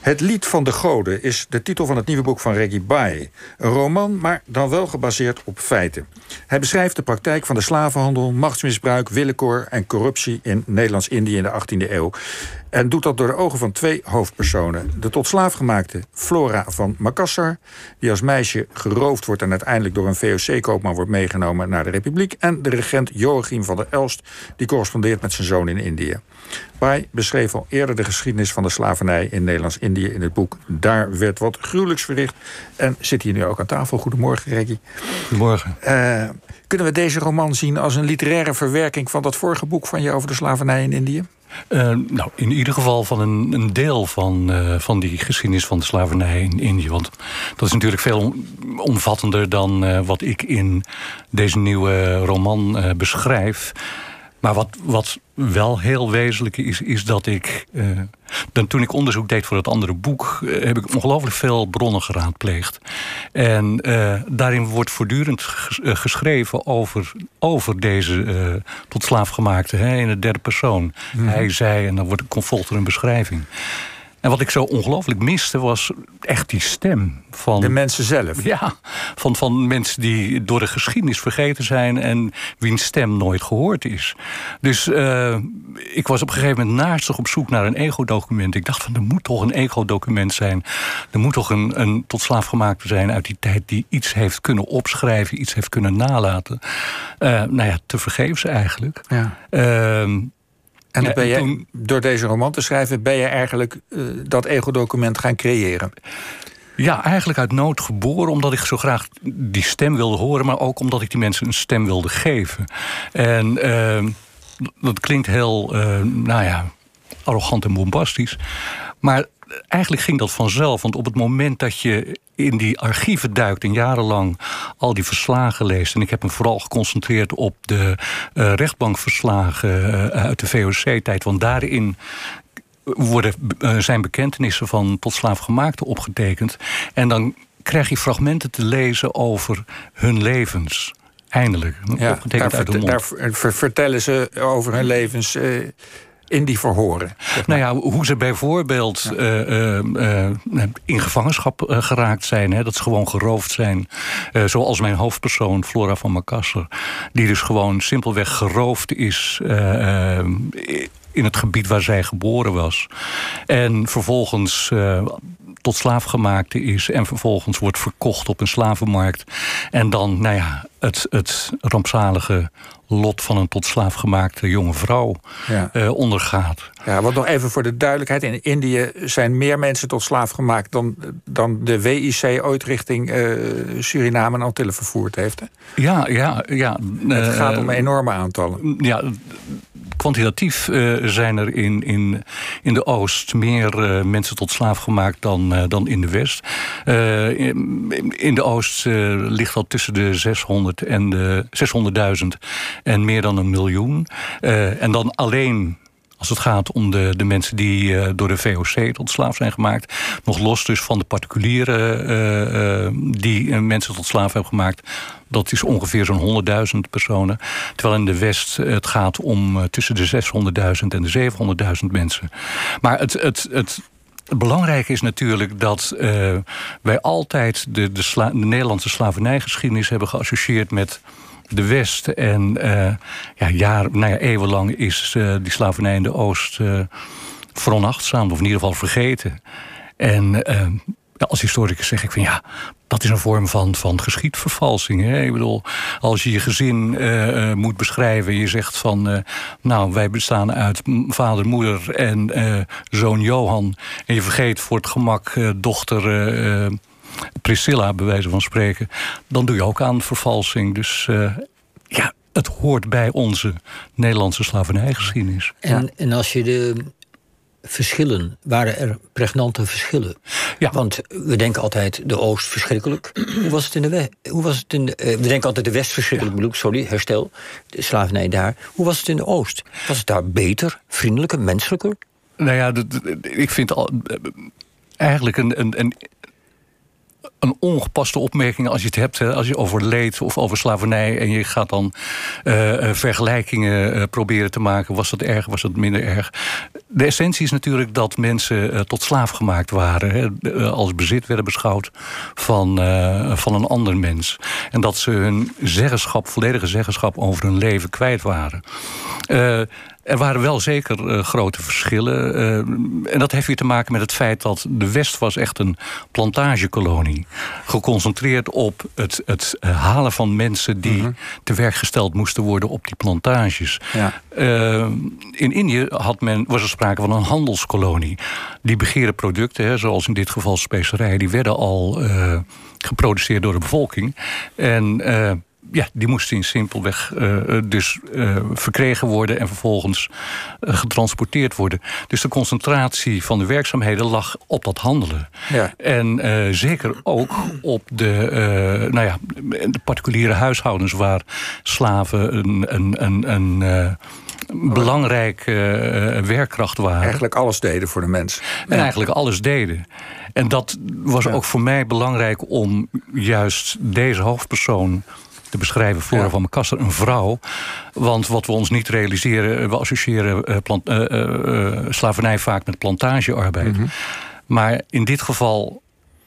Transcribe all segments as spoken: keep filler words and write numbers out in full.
Het Lied van de Goden is de titel van het nieuwe boek van Reggie Baye. Een roman, maar dan wel gebaseerd op feiten. Hij beschrijft de praktijk van de slavenhandel, machtsmisbruik, willekeur en corruptie in Nederlands-Indië in de achttiende eeuw. En doet dat door de ogen van twee hoofdpersonen. De tot slaaf gemaakte Flora van Makassar, die als meisje geroofd wordt en uiteindelijk door een V O C-koopman wordt meegenomen naar de Republiek. En de regent Joachim van der Elst, die correspondeert met zijn zoon in Indië. Baye beschreef al eerder de geschiedenis van de slavernij in Nederlands-Indië in het boek Daar werd wat gruwelijks verricht. En zit hier nu ook aan tafel. Goedemorgen, Reggie. Goedemorgen. Uh, kunnen we deze roman zien als een literaire verwerking van dat vorige boek van je over de slavernij in Indië? Uh, nou, in ieder geval van een, een deel van, uh, van die geschiedenis van de slavernij in Indië. Want dat is natuurlijk veel omvattender dan uh, wat ik in deze nieuwe roman uh, beschrijf. Maar wat, wat wel heel wezenlijk is, is dat ik... Uh, dan, toen ik onderzoek deed voor het andere boek, Uh, heb ik ongelooflijk veel bronnen geraadpleegd. En uh, daarin wordt voortdurend ges, uh, geschreven over, over deze uh, tot slaafgemaakte, hè, in de derde persoon. Mm-hmm. Hij, zij, en dan wordt, volgt er een beschrijving. En wat ik zo ongelooflijk miste was echt die stem van... De mensen zelf? Ja, van, van mensen die door de geschiedenis vergeten zijn en wiens stem nooit gehoord is. Dus uh, ik was op een gegeven moment naastig op zoek naar een ego-document. Ik dacht van, er moet toch een ego-document zijn. Er moet toch een, een tot slaafgemaakte zijn uit die tijd die iets heeft kunnen opschrijven, iets heeft kunnen nalaten. Uh, nou ja, tevergeefs eigenlijk. Ja. Uh, En dan ben je, toen, door deze roman te schrijven, ben je eigenlijk uh, dat ego-document gaan creëren? Ja, eigenlijk uit nood geboren, omdat ik zo graag die stem wilde horen, maar ook omdat ik die mensen een stem wilde geven. En uh, dat klinkt heel, uh, nou ja, arrogant en bombastisch. Maar eigenlijk ging dat vanzelf, want op het moment dat je in die archieven duikt en jarenlang al die verslagen leest, en ik heb me vooral geconcentreerd op de uh, rechtbankverslagen uh, uit de V O C-tijd, want daarin worden, uh, zijn bekentenissen van tot slaafgemaakten opgetekend. En dan krijg je fragmenten te lezen over hun levens. Eindelijk. Ja, opgetekend daar, uit de mond. Daar vertellen ze over hun levens Uh... in die verhoren. Zeg maar. Nou ja, hoe ze bijvoorbeeld ja. uh, uh, uh, in gevangenschap uh, geraakt zijn. Hè, dat ze gewoon geroofd zijn. Uh, zoals mijn hoofdpersoon, Flora van Makassar. Die dus gewoon simpelweg geroofd is Uh, uh, in het gebied waar zij geboren was. En vervolgens Uh, tot slaafgemaakte is en vervolgens wordt verkocht op een slavenmarkt. En dan, nou ja, het, het rampzalige lot van een tot slaafgemaakte jonge vrouw ja. uh, ondergaat. Ja, want nog even voor de duidelijkheid. In Indië zijn meer mensen tot slaaf gemaakt dan, dan de W I C ooit richting uh, Suriname en Antillen vervoerd heeft. Hè? Ja, ja, ja. Het uh, gaat om enorme aantallen. Ja, kwantitatief uh, zijn er in, in, in de Oost meer uh, mensen tot slaaf gemaakt dan, uh, dan in de West. Uh, in, in de Oost uh, ligt dat tussen de zeshonderd en de zeshonderdduizend en meer dan een miljoen. Uh, en dan alleen als het gaat om de, de mensen die uh, door de V O C tot slaaf zijn gemaakt. Nog los dus van de particulieren uh, uh, die uh, mensen tot slaaf hebben gemaakt. Dat is ongeveer zo'n honderdduizend personen. Terwijl in de West het gaat om uh, tussen de zeshonderdduizend en de zevenhonderdduizend mensen. Maar het, het, het Het belangrijke is natuurlijk dat uh, wij altijd de, de, sla- de Nederlandse slavernijgeschiedenis hebben geassocieerd met de West. En uh, ja, jaar, nou ja, eeuwenlang is uh, die slavernij in de Oost uh, veronachtzaamd, of in ieder geval vergeten. En uh, als historicus zeg ik van ja, dat is een vorm van, van geschiedvervalsing. Hè? Ik bedoel, als je je gezin uh, uh, moet beschrijven en je zegt van Uh, nou, wij bestaan uit vader, moeder en uh, zoon Johan. En je vergeet voor het gemak uh, dochter Uh, Priscilla, bij wijze van spreken, dan doe je ook aan vervalsing. Dus uh, ja, het hoort bij onze Nederlandse slavernijgeschiedenis. En, ja. en als je de verschillen, waren er pregnante verschillen? Ja. Want we denken altijd de Oost verschrikkelijk. Hoe was het in de West? Hoe was het in de, uh, we denken altijd de West verschrikkelijk, bedoel ik, sorry, herstel, de slavernij daar. Hoe was het in de Oost? Was het daar beter, vriendelijker, menselijker? Nou ja, d- d- ik vind al, uh, eigenlijk een, een, een een ongepaste opmerking als je het hebt, hè, als je over leed of over slavernij en je gaat dan uh, vergelijkingen uh, proberen te maken. Was dat erg, was dat minder erg? De essentie is natuurlijk dat mensen uh, tot slaaf gemaakt waren. Hè, uh, als bezit werden beschouwd van, uh, van een ander mens. En dat ze hun zeggenschap, volledige zeggenschap over hun leven kwijt waren. Uh, Er waren wel zeker uh, grote verschillen. Uh, en dat heeft weer te maken met het feit dat de West was echt een plantagekolonie. Geconcentreerd op het, het uh, halen van mensen die mm-hmm. te werk gesteld moesten worden op die plantages. Ja. Uh, in Indië had men, was er sprake van een handelskolonie. Die begeerde producten, hè, zoals in dit geval specerijen, die werden al uh, geproduceerd door de bevolking. En Uh, Ja, die moesten simpelweg uh, dus uh, verkregen worden en vervolgens uh, getransporteerd worden. Dus de concentratie van de werkzaamheden lag op dat handelen. Ja. En uh, zeker ook op de, uh, nou ja, de particuliere huishoudens waar slaven een, een, een, een uh, belangrijke uh, werkkracht waren. Eigenlijk alles deden voor de mens. En ja. eigenlijk alles deden. En dat was ja. ook voor mij belangrijk om juist deze hoofdpersoon te beschrijven, Flora ja. van Makassar, een vrouw. Want wat we ons niet realiseren, we associëren uh, plant, uh, uh, slavernij vaak met plantagearbeid. Mm-hmm. Maar in dit geval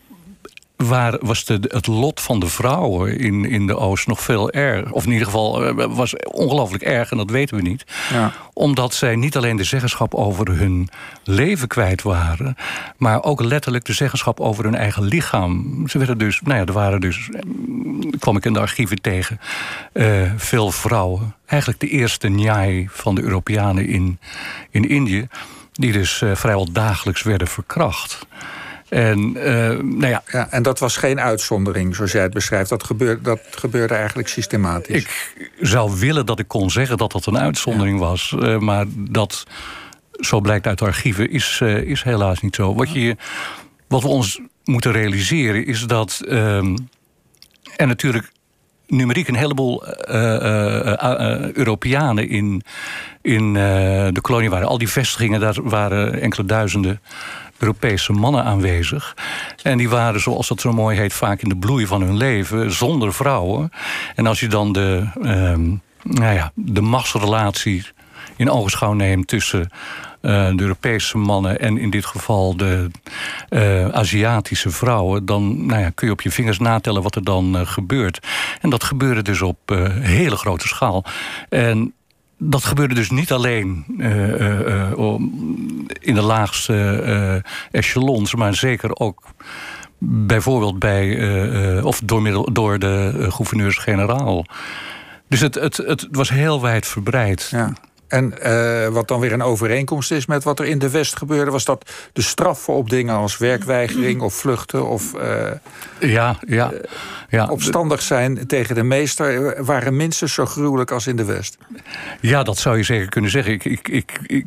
waar was de, het lot van de vrouwen in, in de Oost nog veel erg. Of in ieder geval uh, was ongelooflijk erg, en dat weten we niet. Ja. Omdat zij niet alleen de zeggenschap over hun leven kwijt waren, maar ook letterlijk de zeggenschap over hun eigen lichaam. Ze werden dus, nou ja, er waren dus, kwam ik in de archieven tegen, uh, veel vrouwen. Eigenlijk de eerste njai van de Europeanen in, in Indië, die dus uh, vrijwel dagelijks werden verkracht. En, uh, nou ja. Ja, en dat was geen uitzondering, zoals jij het beschrijft. Dat gebeurde, dat gebeurde eigenlijk systematisch. Ik zou willen dat ik kon zeggen dat dat een uitzondering ja. was. Uh, maar dat, zo blijkt uit de archieven, is, uh, is helaas niet zo. Wat, je, wat we ons moeten realiseren is dat Uh, en natuurlijk numeriek een heleboel uh, uh, uh, uh, Europeanen in, in uh, de kolonie waren. Al die vestigingen, daar waren enkele duizenden Europese mannen aanwezig. En die waren, zoals dat zo mooi heet, vaak in de bloei van hun leven, zonder vrouwen. En als je dan de, uh, nou ja, de machtsrelatie in ogenschouw neemt tussen uh, de Europese mannen en in dit geval de uh, Aziatische vrouwen, dan nou ja, kun je op je vingers natellen wat er dan uh, gebeurt. En dat gebeurde dus op uh, hele grote schaal. En dat gebeurde dus niet alleen uh, uh, uh, in de laagste uh, echelons, maar zeker ook bijvoorbeeld bij uh, uh, of door, middel, door de uh, gouverneurs-generaal. Dus het, het, het was heel wijd verbreid. Ja. En uh, wat dan weer een overeenkomst is met wat er in de West gebeurde, was dat de straffen op dingen als werkweigering of vluchten of uh, ja, ja, ja. opstandig zijn tegen de meester waren minstens zo gruwelijk als in de West. Ja, dat zou je zeker kunnen zeggen. Ik, ik, ik, ik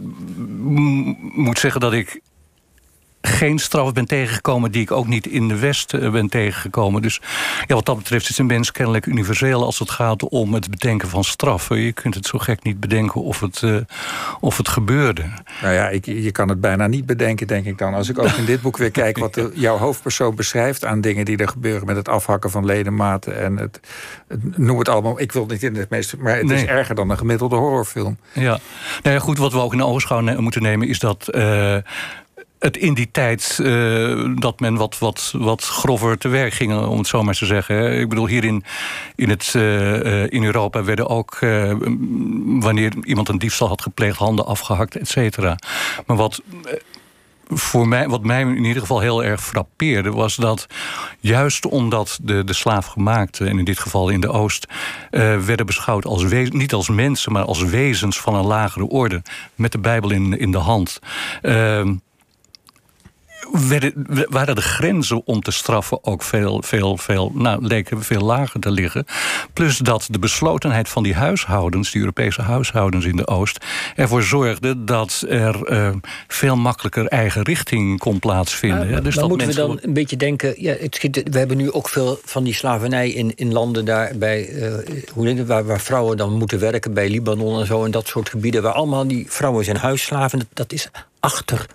moet zeggen dat ik geen straf ben tegengekomen die ik ook niet in de West ben tegengekomen. Dus ja, wat dat betreft is een mens kennelijk universeel als het gaat om het bedenken van straffen. Je kunt het zo gek niet bedenken of het, uh, of het gebeurde. Nou ja, ik, je kan het bijna niet bedenken, denk ik dan. Als ik ook in dit boek weer kijk wat de, jouw hoofdpersoon beschrijft aan dingen die er gebeuren met het afhakken van ledematen en het, het noem het allemaal. Ik wil het niet in het meeste, maar het nee. is erger dan een gemiddelde horrorfilm. Ja, nou ja, goed, wat we ook in de ogenschouw ne- moeten nemen is dat Uh, het in die tijd uh, dat men wat, wat, wat grover te werk ging, om het zo maar te zeggen. Hè. Ik bedoel, hier in, in, het, uh, in Europa werden ook, uh, wanneer iemand een diefstal had gepleegd, handen afgehakt, et cetera. Maar wat Uh, Voor mij, wat mij in ieder geval heel erg frappeerde, was dat juist omdat de, de slaafgemaakten, en in dit geval in de Oost, uh, werden beschouwd als we, niet als mensen, maar als wezens van een lagere orde, met de Bijbel in, in de hand. Uh, Werden, waren de grenzen om te straffen ook veel, veel, veel, nou, leken veel lager te liggen. Plus dat de beslotenheid van die huishoudens, die Europese huishoudens in de Oost, ervoor zorgde dat er uh, veel makkelijker eigen richting kon plaatsvinden. Ja, dus dan dat moeten mensen we dan een beetje denken, ja, het schiet, we hebben nu ook veel van die slavernij in, in landen daar bij, uh, hoe heet het, waar, waar vrouwen dan moeten werken, bij Libanon en zo, en dat soort gebieden, waar allemaal die vrouwen zijn huisslaven. Dat, dat is achter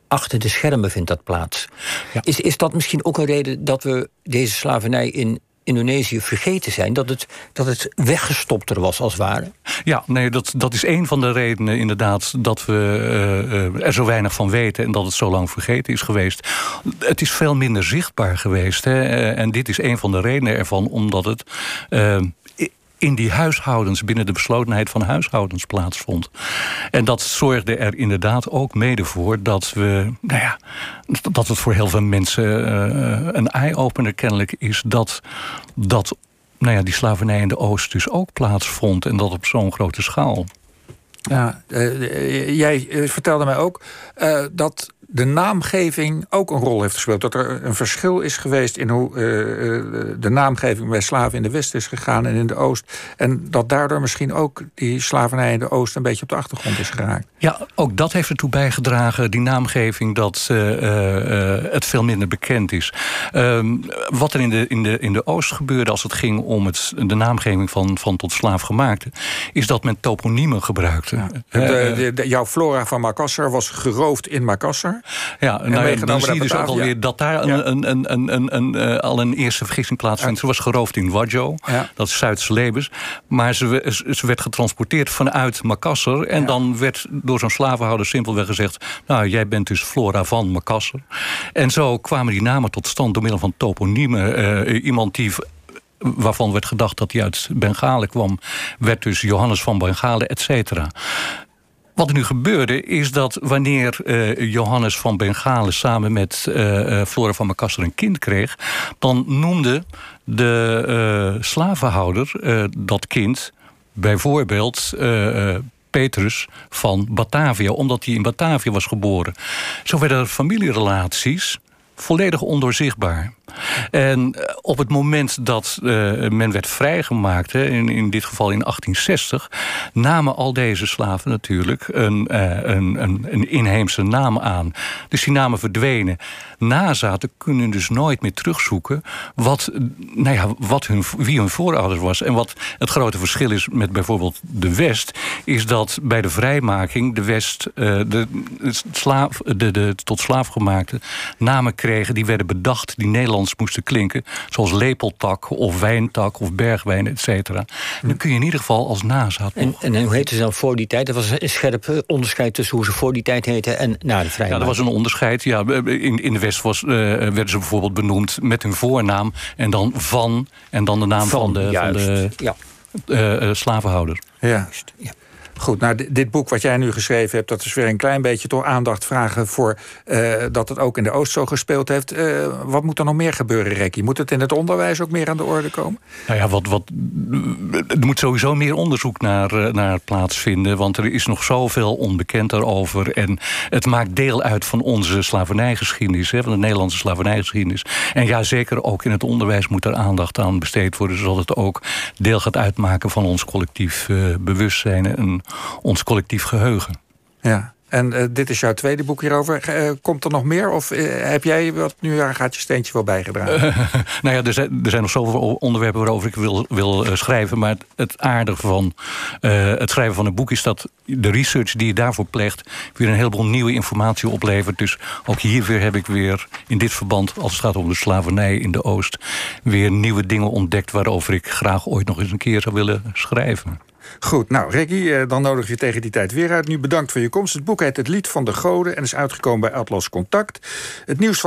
achter de schermen vindt dat plaats. Ja. Is, is dat misschien ook een reden dat we deze slavernij in Indonesië vergeten zijn? Dat het, dat het weggestopter was, als het ware? Ja, nee, dat, dat is een van de redenen inderdaad dat we uh, uh, er zo weinig van weten en dat het zo lang vergeten is geweest. Het is veel minder zichtbaar geweest. Hè? Uh, en dit is een van de redenen ervan, omdat het Uh, in die huishoudens, binnen de beslotenheid van huishoudens plaatsvond. En dat zorgde er inderdaad ook mede voor dat we, nou ja, dat het voor heel veel mensen uh, een eye-opener kennelijk is dat, dat nou ja, die slavernij in de Oost dus ook plaatsvond en dat op zo'n grote schaal. Ja, uh, jij uh, vertelde mij ook uh, dat de naamgeving ook een rol heeft gespeeld. Dat er een verschil is geweest in hoe uh, de naamgeving bij slaven in de West is gegaan en in de Oost. En dat daardoor misschien ook die slavernij in de Oost een beetje op de achtergrond is geraakt. Ja, ook dat heeft ertoe bijgedragen, die naamgeving, dat uh, uh, het veel minder bekend is. Uh, wat er in de, in, de, in de Oost gebeurde als het ging om het, de naamgeving van, van tot slaafgemaakte, is dat men toponiemen gebruikte. Ja. De, de, de, jouw Flora van Makassar was geroofd in Makassar. Ja, nou ja, dan zie je dus ook alweer dat daar ja. een, een, een, een, een, uh, al een eerste vergissing plaatsvindt. Ja. Ze was geroofd in Wadjo, ja. dat is Zuid-Celebes. Maar ze, ze werd getransporteerd vanuit Makassar. En ja. dan werd door zo'n slavenhouder simpelweg gezegd, nou, jij bent dus Flora van Makassar. En zo kwamen die namen tot stand door middel van toponiemen. Uh, iemand die, waarvan werd gedacht dat hij uit Bengalen kwam, werd dus Johannes van Bengalen, et cetera. Wat er nu gebeurde is dat wanneer uh, Johannes van Bengalen samen met uh, Flora van Makassar een kind kreeg, dan noemde de uh, slavenhouder uh, dat kind bijvoorbeeld Uh, uh, Petrus van Batavia, omdat hij in Batavia was geboren. Zo werden familierelaties volledig ondoorzichtbaar. En op het moment dat uh, men werd vrijgemaakt, hè, in, in dit geval in achttien zestig, namen al deze slaven natuurlijk een, uh, een, een, een inheemse naam aan. Dus die namen verdwenen. Nazaten kunnen dus nooit meer terugzoeken wat, nou ja, wat hun, wie hun voorouders was. En wat het grote verschil is met bijvoorbeeld de West, is dat bij de vrijmaking de West uh, de, slaaf, de, de tot slaafgemaakte namen kregen die werden bedacht, die Nederlands moesten klinken, zoals lepeltak of wijntak of bergwijn, et cetera. Nu kun je in ieder geval als nazaat. En, en hoe heette ze dan voor die tijd? Er was een scherp onderscheid tussen hoe ze voor die tijd heten en na de vrijmaking. Ja, er was een onderscheid. Ja, in, in de West was, uh, werden ze bijvoorbeeld benoemd met hun voornaam en dan van en dan de naam van, van de, van de ja. uh, uh, slavenhouder. Ja. Juist, ja. Goed, nou, dit, dit boek wat jij nu geschreven hebt, dat is weer een klein beetje toch aandacht vragen voor uh, dat het ook in de Oost zo gespeeld heeft. Uh, wat moet er nog meer gebeuren, Rekkie? Moet het in het onderwijs ook meer aan de orde komen? Nou ja, wat, wat, er moet sowieso meer onderzoek naar, naar plaatsvinden, want er is nog zoveel onbekend daarover. En het maakt deel uit van onze slavernijgeschiedenis, hè, van de Nederlandse slavernijgeschiedenis. En ja, zeker ook in het onderwijs moet er aandacht aan besteed worden, zodat het ook deel gaat uitmaken van ons collectief uh, bewustzijn en ons collectief geheugen. Ja, en uh, dit is jouw tweede boek hierover. Uh, komt er nog meer? Of uh, heb jij wat nu uh, gaat je steentje wel bijgedragen? Uh, nou ja, er zijn, er zijn nog zoveel onderwerpen waarover ik wil, wil uh, schrijven. Maar het, het aardige van uh, het schrijven van een boek is dat de research die je daarvoor pleegt weer een heleboel nieuwe informatie oplevert. Dus ook hier weer heb ik weer in dit verband, als het gaat om de slavernij in de Oost, weer nieuwe dingen ontdekt waarover ik graag ooit nog eens een keer zou willen schrijven. Goed, nou Rekkie, dan nodig je tegen die tijd weer uit. Nu bedankt voor je komst. Het boek heet Het Lied van de Goden en is uitgekomen bij Atlas Contact. Het nieuws van